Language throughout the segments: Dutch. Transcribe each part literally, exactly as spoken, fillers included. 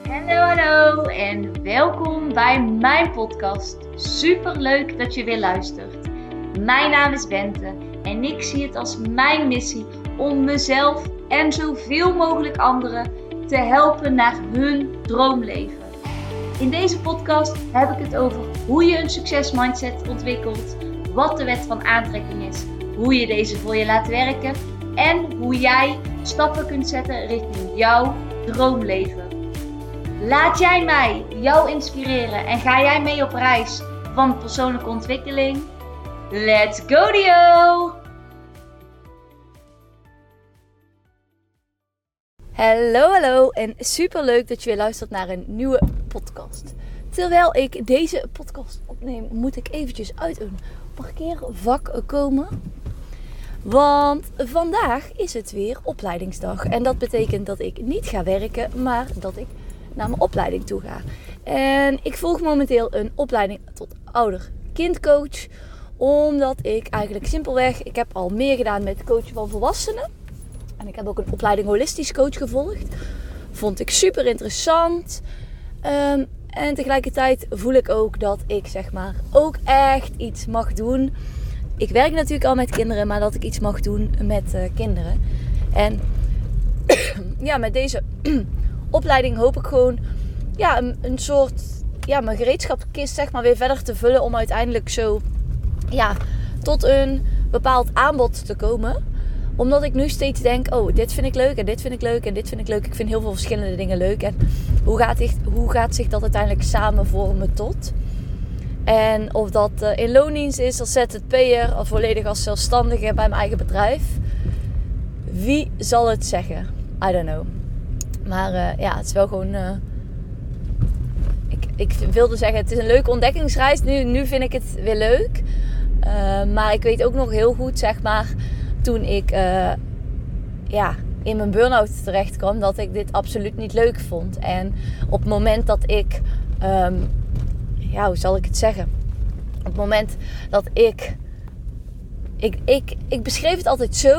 Hallo, hallo en welkom bij mijn podcast. Super leuk dat je weer luistert. Mijn naam is Bente en ik zie het als mijn missie om mezelf en zoveel mogelijk anderen te helpen naar hun droomleven. In deze podcast heb ik het over hoe je een succesmindset ontwikkelt, wat de wet van aantrekking is, hoe je deze voor je laat werken en hoe jij stappen kunt zetten richting jouw droomleven. Laat jij mij jou inspireren en ga jij mee op reis van persoonlijke ontwikkeling? Let's go Dio! Hallo, hallo en super leuk dat je weer luistert naar een nieuwe podcast. Terwijl ik deze podcast opneem, moet ik eventjes uit een parkeervak komen. Want vandaag is het weer opleidingsdag. En dat betekent dat ik niet ga werken, maar dat ik naar mijn opleiding toe ga. En ik volg momenteel een opleiding tot ouder-kindcoach. Omdat ik eigenlijk simpelweg, ik heb al meer gedaan met coachen van volwassenen. En ik heb ook een opleiding holistisch coach gevolgd. Vond ik super interessant. Um, en tegelijkertijd voel ik ook dat ik zeg maar ook echt iets mag doen. Ik werk natuurlijk al met kinderen, maar dat ik iets mag doen met uh, kinderen. En ja, met deze opleiding hoop ik gewoon ja, een, een soort ja, mijn gereedschapskist zeg maar weer verder te vullen om uiteindelijk zo ja, tot een bepaald aanbod te komen. Omdat ik nu steeds denk, oh, dit vind ik leuk en dit vind ik leuk en dit vind ik leuk. Ik vind heel veel verschillende dingen leuk. En hoe gaat, zich, hoe gaat zich dat uiteindelijk samen vormen tot? En of dat uh, in loondienst is als Z Z P'er of volledig als zelfstandige bij mijn eigen bedrijf. Wie zal het zeggen? I don't know. Maar uh, ja, het is wel gewoon... Uh, ik, ik wilde zeggen, het is een leuke ontdekkingsreis. Nu, nu vind ik het weer leuk. Uh, maar ik weet ook nog heel goed, zeg maar... Toen ik uh, ja, in mijn burn-out terecht kwam, dat ik dit absoluut niet leuk vond. En op het moment dat ik... Um, ja, hoe zal ik het zeggen? Op het moment dat ik... Ik, ik, ik beschreef het altijd zo.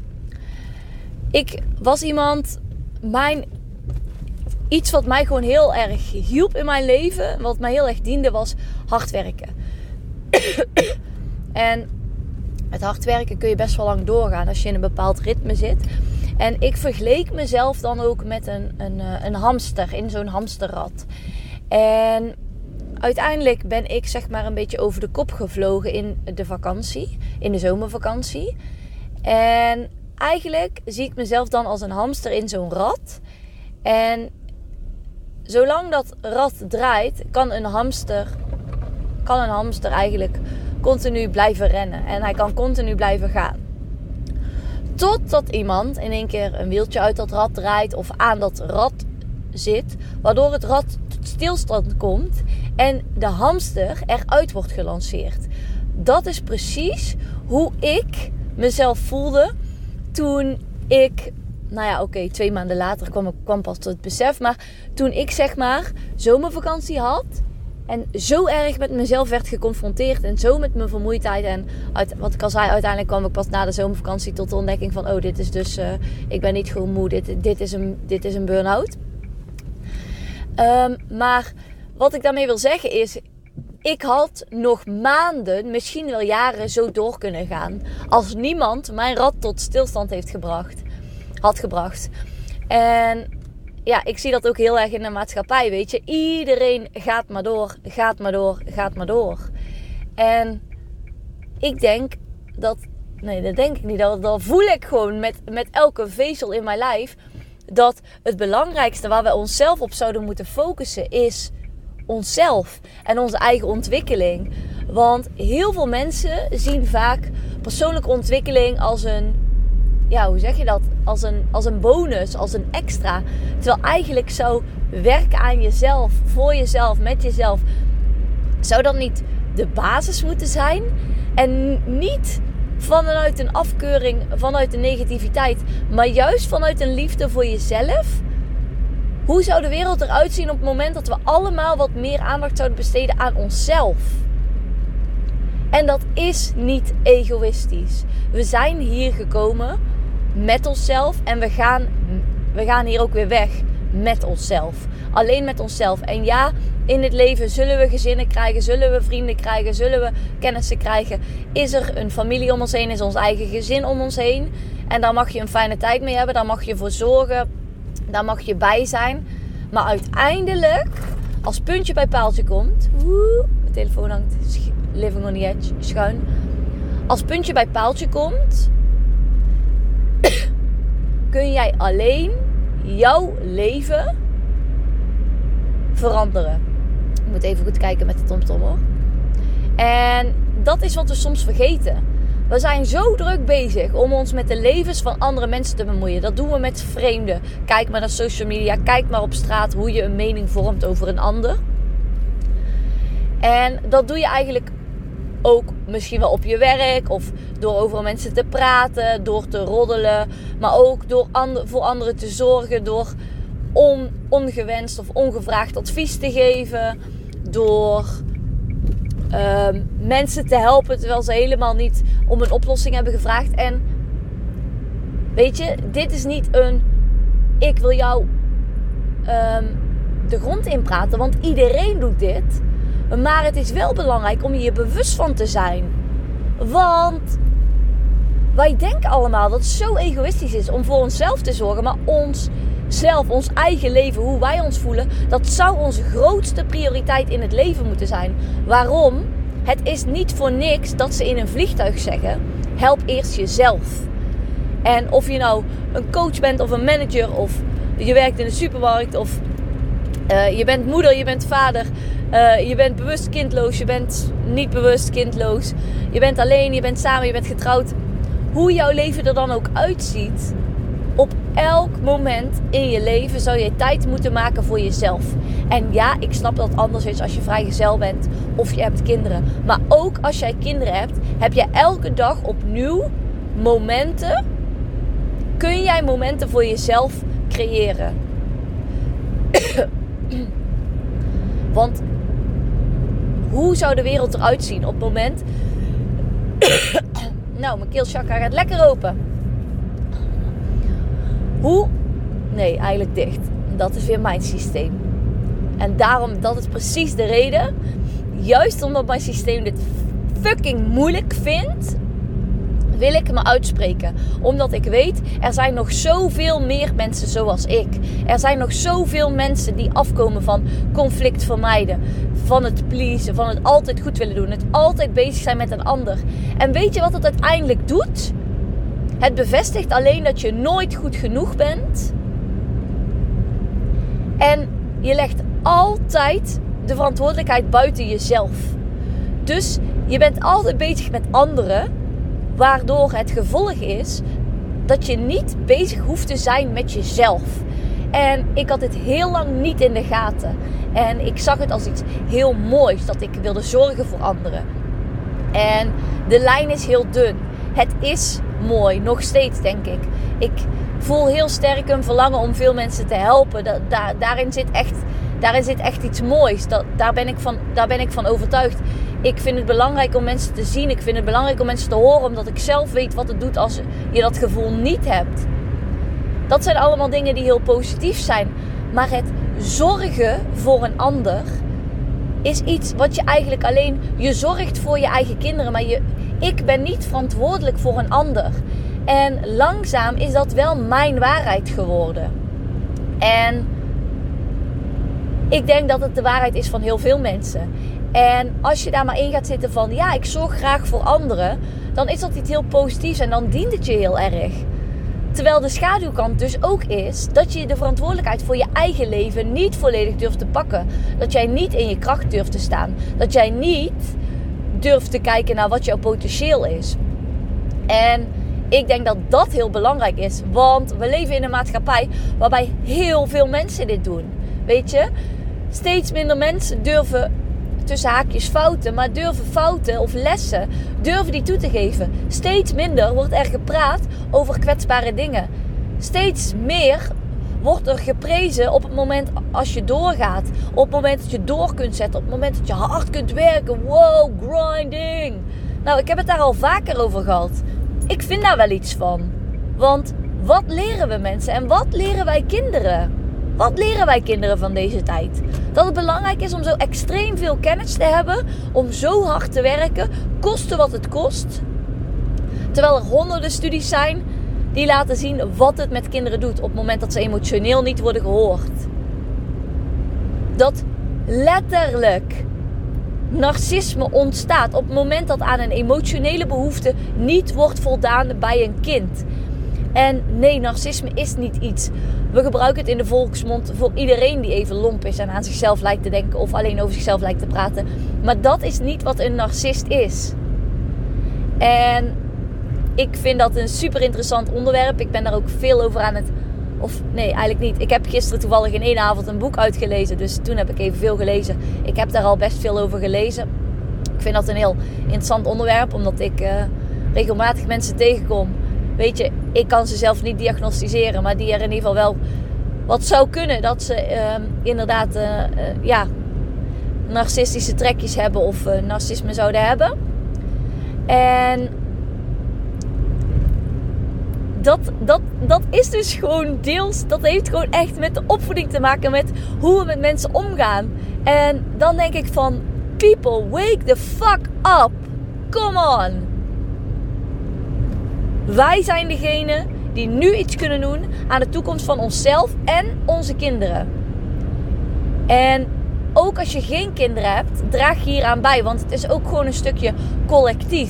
Ik was iemand... Mijn, iets wat mij gewoon heel erg hielp in mijn leven, wat mij heel erg diende, was hard werken. En met hard werken kun je best wel lang doorgaan als je in een bepaald ritme zit. En ik vergeleek mezelf dan ook met een, een, een hamster in zo'n hamsterrad. En uiteindelijk ben ik zeg maar een beetje over de kop gevlogen in de vakantie, in de zomervakantie. En eigenlijk zie ik mezelf dan als een hamster in zo'n rad. En zolang dat rad draait, kan een hamster, kan een hamster eigenlijk continu blijven rennen. En hij kan continu blijven gaan. Totdat iemand in één keer een wieltje uit dat rad draait of aan dat rad zit, waardoor het rad tot stilstand komt en de hamster eruit wordt gelanceerd. Dat is precies hoe ik mezelf voelde toen ik, nou ja, oké, okay, twee maanden later kwam ik kwam pas tot het besef, maar toen ik zeg maar zomervakantie had en zo erg met mezelf werd geconfronteerd en zo met mijn vermoeidheid en uit, wat ik al zei, uiteindelijk kwam ik pas na de zomervakantie tot de ontdekking van, oh, dit is dus, uh, ik ben niet gewoon moe, dit, dit, is, een, dit is een burn-out. Um, maar wat ik daarmee wil zeggen is, ik had nog maanden, misschien wel jaren zo door kunnen gaan. Als niemand mijn rad tot stilstand heeft gebracht, had gebracht. En ja, ik zie dat ook heel erg in de maatschappij, weet je. Iedereen gaat maar door, gaat maar door, gaat maar door. En ik denk dat, nee dat denk ik niet, dat, dat voel ik gewoon met, met elke vezel in mijn lijf. Dat het belangrijkste waar we onszelf op zouden moeten focussen is onszelf en onze eigen ontwikkeling. Want heel veel mensen zien vaak persoonlijke ontwikkeling als een, ja, hoe zeg je dat? Als een, als een bonus, als een extra. Terwijl eigenlijk zou werken aan jezelf, voor jezelf, met jezelf, zou dat niet de basis moeten zijn? En niet vanuit een afkeuring, vanuit de negativiteit, maar juist vanuit een liefde voor jezelf. Hoe zou de wereld eruit zien op het moment dat we allemaal wat meer aandacht zouden besteden aan onszelf? En dat is niet egoïstisch. We zijn hier gekomen met onszelf en we gaan, we gaan hier ook weer weg met onszelf. Alleen met onszelf. En ja, in het leven zullen we gezinnen krijgen, zullen we vrienden krijgen, zullen we kennissen krijgen. Is er een familie om ons heen, is ons eigen gezin om ons heen. En daar mag je een fijne tijd mee hebben, daar mag je voor zorgen, daar mag je bij zijn. Maar uiteindelijk, als puntje bij paaltje komt, woe, mijn telefoon hangt living on the edge, schuin. Als puntje bij paaltje komt, kun jij alleen jouw leven veranderen. Ik moet even goed kijken met de tomtom hoor. En dat is wat we soms vergeten. We zijn zo druk bezig om ons met de levens van andere mensen te bemoeien. Dat doen we met vreemden. Kijk maar naar social media. Kijk maar op straat hoe je een mening vormt over een ander. En dat doe je eigenlijk ook misschien wel op je werk. Of door over mensen te praten. Door te roddelen. Maar ook door and- voor anderen te zorgen. Door on- ongewenst of ongevraagd advies te geven. Door uh, mensen te helpen terwijl ze helemaal niet om een oplossing hebben gevraagd. En weet je, dit is niet een ik wil jou um, de grond inpraten. Want iedereen doet dit. Maar het is wel belangrijk om je hier bewust van te zijn. Want wij denken allemaal dat het zo egoïstisch is om voor onszelf te zorgen. Maar onszelf, ons eigen leven, hoe wij ons voelen, dat zou onze grootste prioriteit in het leven moeten zijn. Waarom? Het is niet voor niks dat ze in een vliegtuig zeggen, help eerst jezelf. En of je nou een coach bent of een manager of je werkt in de supermarkt of uh, je bent moeder, je bent vader, uh, je bent bewust kindloos, je bent niet bewust kindloos, je bent alleen, je bent samen, je bent getrouwd. Hoe jouw leven er dan ook uitziet, op elk moment in je leven zou je tijd moeten maken voor jezelf. En ja, ik snap dat het anders is als je vrijgezel bent of je hebt kinderen. Maar ook als jij kinderen hebt, heb je elke dag opnieuw momenten. Kun jij momenten voor jezelf creëren. Want hoe zou de wereld eruit zien op het moment... Nou, mijn keelchakra gaat lekker open. Hoe? Nee, eigenlijk dicht. Dat is weer mijn systeem. En daarom, dat is precies de reden. Juist omdat mijn systeem dit fucking moeilijk vindt, wil ik me uitspreken. Omdat ik weet, er zijn nog zoveel meer mensen zoals ik. Er zijn nog zoveel mensen die afkomen van conflict vermijden. Van het pleasen, van het altijd goed willen doen. Het altijd bezig zijn met een ander. En weet je wat het uiteindelijk doet? Het bevestigt alleen dat je nooit goed genoeg bent. En je legt altijd de verantwoordelijkheid buiten jezelf. Dus je bent altijd bezig met anderen. Waardoor het gevolg is dat je niet bezig hoeft te zijn met jezelf. En ik had dit heel lang niet in de gaten. En ik zag het als iets heel moois. Dat ik wilde zorgen voor anderen. En de lijn is heel dun. Het is mooi, nog steeds denk ik. Ik voel heel sterk een verlangen om veel mensen te helpen. Da- da- daarin, zit echt, daarin zit echt iets moois. Da- daar, ben ik van, daar ben ik van overtuigd. Ik vind het belangrijk om mensen te zien. Ik vind het belangrijk om mensen te horen. Omdat ik zelf weet wat het doet als je dat gevoel niet hebt. Dat zijn allemaal dingen die heel positief zijn. Maar het zorgen voor een ander is iets wat je eigenlijk alleen... Je zorgt voor je eigen kinderen, maar je, ik ben niet verantwoordelijk voor een ander. En langzaam is dat wel mijn waarheid geworden. En ik denk dat het de waarheid is van heel veel mensen. En als je daar maar in gaat zitten van... Ja, ik zorg graag voor anderen. Dan is dat iets heel positiefs en dan dient het je heel erg. Terwijl de schaduwkant dus ook is dat je de verantwoordelijkheid voor je eigen leven niet volledig durft te pakken. Dat jij niet in je kracht durft te staan. Dat jij niet durft te kijken naar wat jouw potentieel is. En ik denk dat dat heel belangrijk is. Want we leven in een maatschappij waarbij heel veel mensen dit doen. Weet je, steeds minder mensen durven... tussen haakjes fouten, maar durven fouten of lessen, durven die toe te geven. Steeds minder wordt er gepraat over kwetsbare dingen. Steeds meer wordt er geprezen op het moment als je doorgaat. Op het moment dat je door kunt zetten. Op het moment dat je hard kunt werken. Wow, grinding. Nou, ik heb het daar al vaker over gehad. Ik vind daar wel iets van. Want wat leren we mensen en wat leren wij kinderen? Wat leren wij kinderen van deze tijd? Dat het belangrijk is om zo extreem veel kennis te hebben, om zo hard te werken, koste wat het kost. Terwijl er honderden studies zijn die laten zien wat het met kinderen doet op het moment dat ze emotioneel niet worden gehoord. Dat letterlijk narcisme ontstaat op het moment dat aan een emotionele behoefte niet wordt voldaan bij een kind. En nee, narcisme is niet iets. We gebruiken het in de volksmond voor iedereen die even lomp is en aan zichzelf lijkt te denken of alleen over zichzelf lijkt te praten. Maar dat is niet wat een narcist is. En ik vind dat een super interessant onderwerp. Ik ben daar ook veel over aan het... Of nee, eigenlijk niet. Ik heb gisteren toevallig in één avond een boek uitgelezen. Dus toen heb ik even veel gelezen. Ik heb daar al best veel over gelezen. Ik vind dat een heel interessant onderwerp. Omdat ik uh, regelmatig mensen tegenkom. Weet je, ik kan ze zelf niet diagnosticeren. Maar die er in ieder geval wel wat zou kunnen. Dat ze uh, inderdaad uh, uh, ja, narcistische trekjes hebben. Of uh, narcisme zouden hebben. En... Dat, dat, dat is dus gewoon deels, dat heeft gewoon echt met de opvoeding te maken, met hoe we met mensen omgaan. En dan denk ik van, people, wake the fuck up. Come on. Wij zijn degene die nu iets kunnen doen aan de toekomst van onszelf en onze kinderen. En ook als je geen kinderen hebt, draag je hieraan bij, want het is ook gewoon een stukje collectief.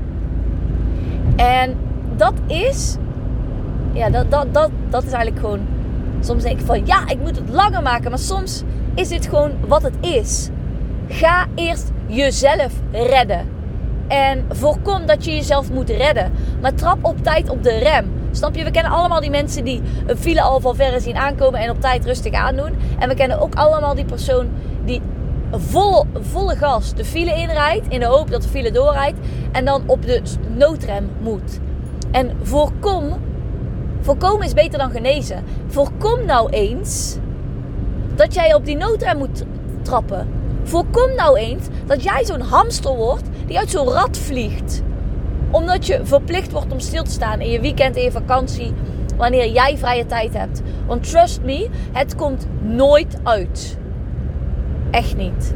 En dat is... Ja, dat, dat, dat, dat is eigenlijk gewoon... Soms denk ik van, ja, ik moet het langer maken. Maar soms is dit gewoon wat het is. Ga eerst jezelf redden. En voorkom dat je jezelf moet redden. Maar trap op tijd op de rem. Snap je? We kennen allemaal die mensen die een file al van verre zien aankomen en op tijd rustig aandoen. En we kennen ook allemaal die persoon die vol, volle gas de file inrijdt. In de hoop dat de file doorrijdt. En dan op de noodrem moet. En voorkom... Voorkomen is beter dan genezen. Voorkom nou eens dat jij op die noodrem moet trappen. Voorkom nou eens dat jij zo'n hamster wordt die uit zo'n rad vliegt. Omdat je verplicht wordt om stil te staan in je weekend en je vakantie. Wanneer jij vrije tijd hebt. Want trust me, het komt nooit uit. Echt niet.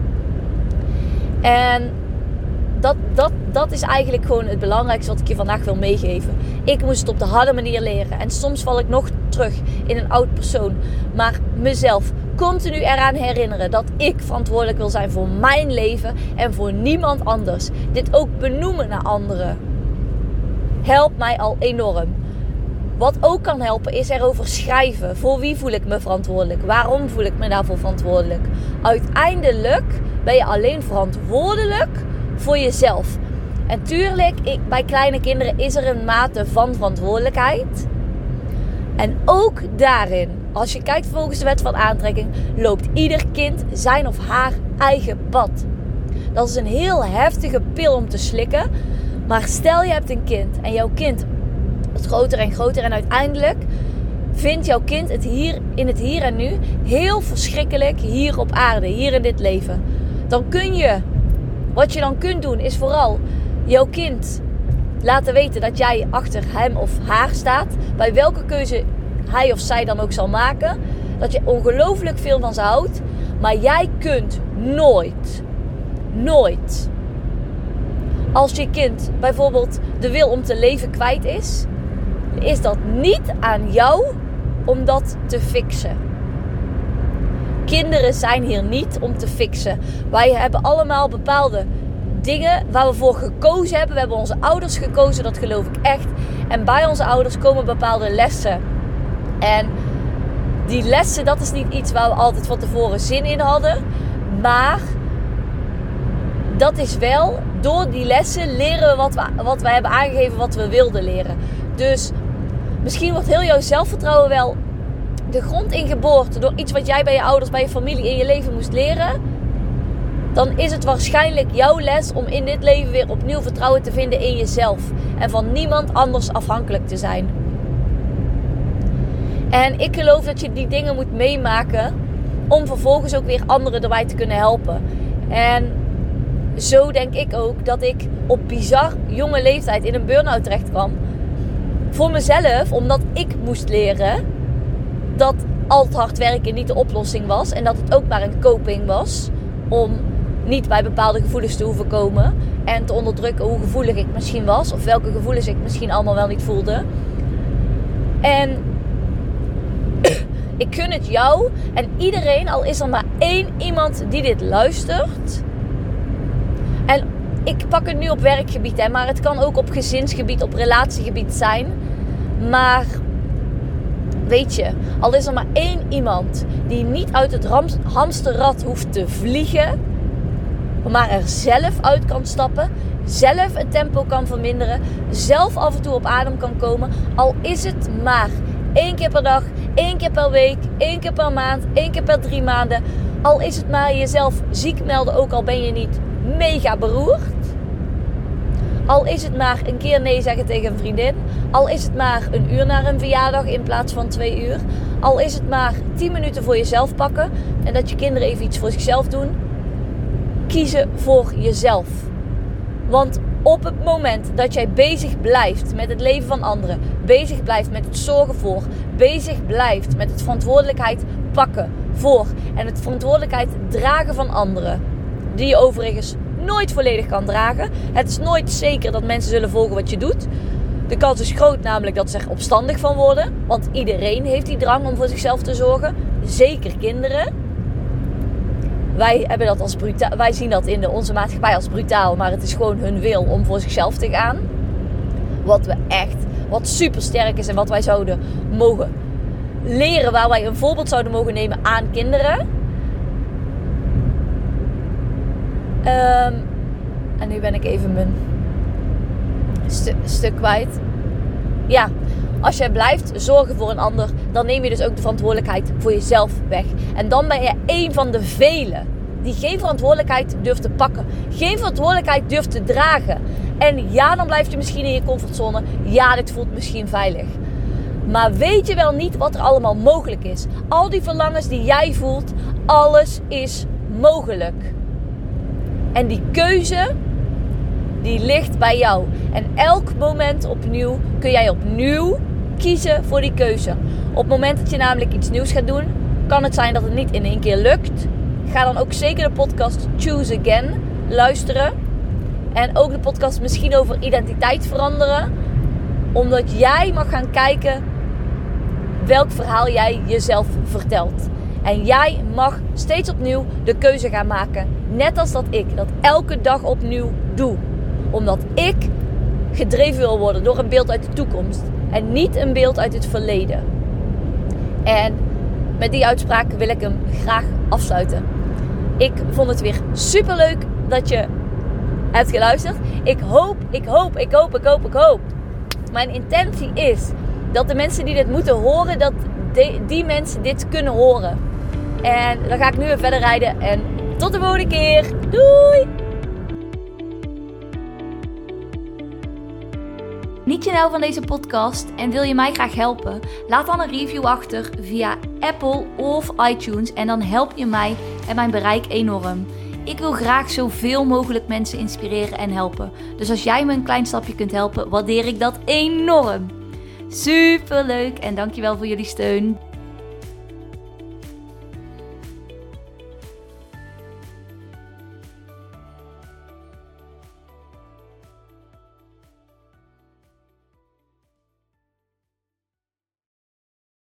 En... Dat, dat, dat is eigenlijk gewoon het belangrijkste wat ik je vandaag wil meegeven. Ik moest het op de harde manier leren. En soms val ik nog terug in een oud persoon. Maar mezelf continu eraan herinneren dat ik verantwoordelijk wil zijn voor mijn leven en voor niemand anders. Dit ook benoemen naar anderen. Helpt mij al enorm. Wat ook kan helpen is erover schrijven. Voor wie voel ik me verantwoordelijk? Waarom voel ik me daarvoor verantwoordelijk? Uiteindelijk ben je alleen verantwoordelijk voor jezelf. En tuurlijk, ik, bij kleine kinderen is er een mate van verantwoordelijkheid. En ook daarin, als je kijkt volgens de wet van aantrekking, loopt ieder kind zijn of haar eigen pad. Dat is een heel heftige pil om te slikken. Maar stel je hebt een kind en jouw kind wordt groter en groter en uiteindelijk vindt jouw kind het hier in het hier en nu heel verschrikkelijk hier op aarde, hier in dit leven. Dan kun je, wat je dan kunt doen is vooral jouw kind laten weten dat jij achter hem of haar staat. Bij welke keuze hij of zij dan ook zal maken. Dat je ongelooflijk veel van ze houdt. Maar jij kunt nooit, nooit, als je kind bijvoorbeeld de wil om te leven kwijt is, is dat niet aan jou om dat te fixen. Kinderen zijn hier niet om te fixen. Wij hebben allemaal bepaalde dingen waar we voor gekozen hebben. We hebben onze ouders gekozen, dat geloof ik echt. En bij onze ouders komen bepaalde lessen. En die lessen, dat is niet iets waar we altijd van tevoren zin in hadden. Maar dat is wel, door die lessen leren we wat we, wat we hebben aangegeven wat we wilden leren. Dus misschien wordt heel jouw zelfvertrouwen wel de grond ingeboord door iets wat jij bij je ouders, bij je familie in je leven moest leren. Dan is het waarschijnlijk jouw les om in dit leven weer opnieuw vertrouwen te vinden in jezelf. En van niemand anders afhankelijk te zijn. En ik geloof dat je die dingen moet meemaken om vervolgens ook weer anderen erbij te kunnen helpen. En zo denk ik ook dat ik op bizar jonge leeftijd in een burn-out terecht kwam. Voor mezelf, omdat ik moest leren dat al het hard werken niet de oplossing was. En dat het ook maar een coping was. Om niet bij bepaalde gevoelens te hoeven komen. En te onderdrukken hoe gevoelig ik misschien was. Of welke gevoelens ik misschien allemaal wel niet voelde. En ik gun het jou en iedereen, al is er maar één iemand die dit luistert. En ik pak het nu op werkgebied, hè, maar het kan ook op gezinsgebied, op relatiegebied zijn. Maar weet je, al is er maar één iemand die niet uit het rams- hamsterrad hoeft te vliegen, maar er zelf uit kan stappen, zelf het tempo kan verminderen, zelf af en toe op adem kan komen, al is het maar één keer per dag, één keer per week, één keer per maand, één keer per drie maanden. Al is het maar jezelf ziek melden, ook al ben je niet mega beroerd. Al is het maar een keer nee zeggen tegen een vriendin. Al is het maar een uur naar een verjaardag in plaats van twee uur. Al is het maar tien minuten voor jezelf pakken. En dat je kinderen even iets voor zichzelf doen. Kiezen voor jezelf. Want op het moment dat jij bezig blijft met het leven van anderen, bezig blijft met het zorgen voor, bezig blijft met het verantwoordelijkheid pakken voor en het verantwoordelijkheid dragen van anderen, die je overigens nooit volledig kan dragen. Het is nooit zeker dat mensen zullen volgen wat je doet. De kans is groot namelijk dat ze er opstandig van worden, want iedereen heeft die drang om voor zichzelf te zorgen, zeker kinderen. Wij, hebben dat als bruta- wij zien dat in de, onze maatschappij als brutaal, maar het is gewoon hun wil om voor zichzelf te gaan. Wat we echt, wat super sterk is en wat wij zouden mogen leren, waar wij een voorbeeld zouden mogen nemen aan kinderen. Um, en nu ben ik even mijn stu- stuk kwijt. Ja, als jij blijft zorgen voor een ander, dan neem je dus ook de verantwoordelijkheid voor jezelf weg. En dan ben je één van de velen die geen verantwoordelijkheid durft te pakken. Geen verantwoordelijkheid durft te dragen. En ja, dan blijf je misschien in je comfortzone. Ja, dit voelt misschien veilig. Maar weet je wel niet wat er allemaal mogelijk is? Al die verlangens die jij voelt, alles is mogelijk. En die keuze, die ligt bij jou. En elk moment opnieuw kun jij opnieuw kiezen voor die keuze. Op het moment dat je namelijk iets nieuws gaat doen, kan het zijn dat het niet in één keer lukt. Ga dan ook zeker de podcast Choose Again luisteren. En ook de podcast misschien over identiteit veranderen. Omdat jij mag gaan kijken welk verhaal jij jezelf vertelt. En jij mag steeds opnieuw de keuze gaan maken. Net als dat ik dat elke dag opnieuw doe. Omdat ik gedreven wil worden door een beeld uit de toekomst. En niet een beeld uit het verleden. En met die uitspraak wil ik hem graag afsluiten. Ik vond het weer super leuk dat je hebt geluisterd. Ik hoop, ik hoop, ik hoop, ik hoop, ik hoop. Mijn intentie is dat de mensen die dit moeten horen, dat de, die mensen dit kunnen horen. En dan ga ik nu weer verder rijden. En tot de volgende keer. Doei! Niet je nou van deze podcast en wil je mij graag helpen? Laat dan een review achter via Apple of iTunes en dan help je mij en mijn bereik enorm. Ik wil graag zoveel mogelijk mensen inspireren en helpen. Dus als jij me een klein stapje kunt helpen, waardeer ik dat enorm. Super leuk en dankjewel voor jullie steun.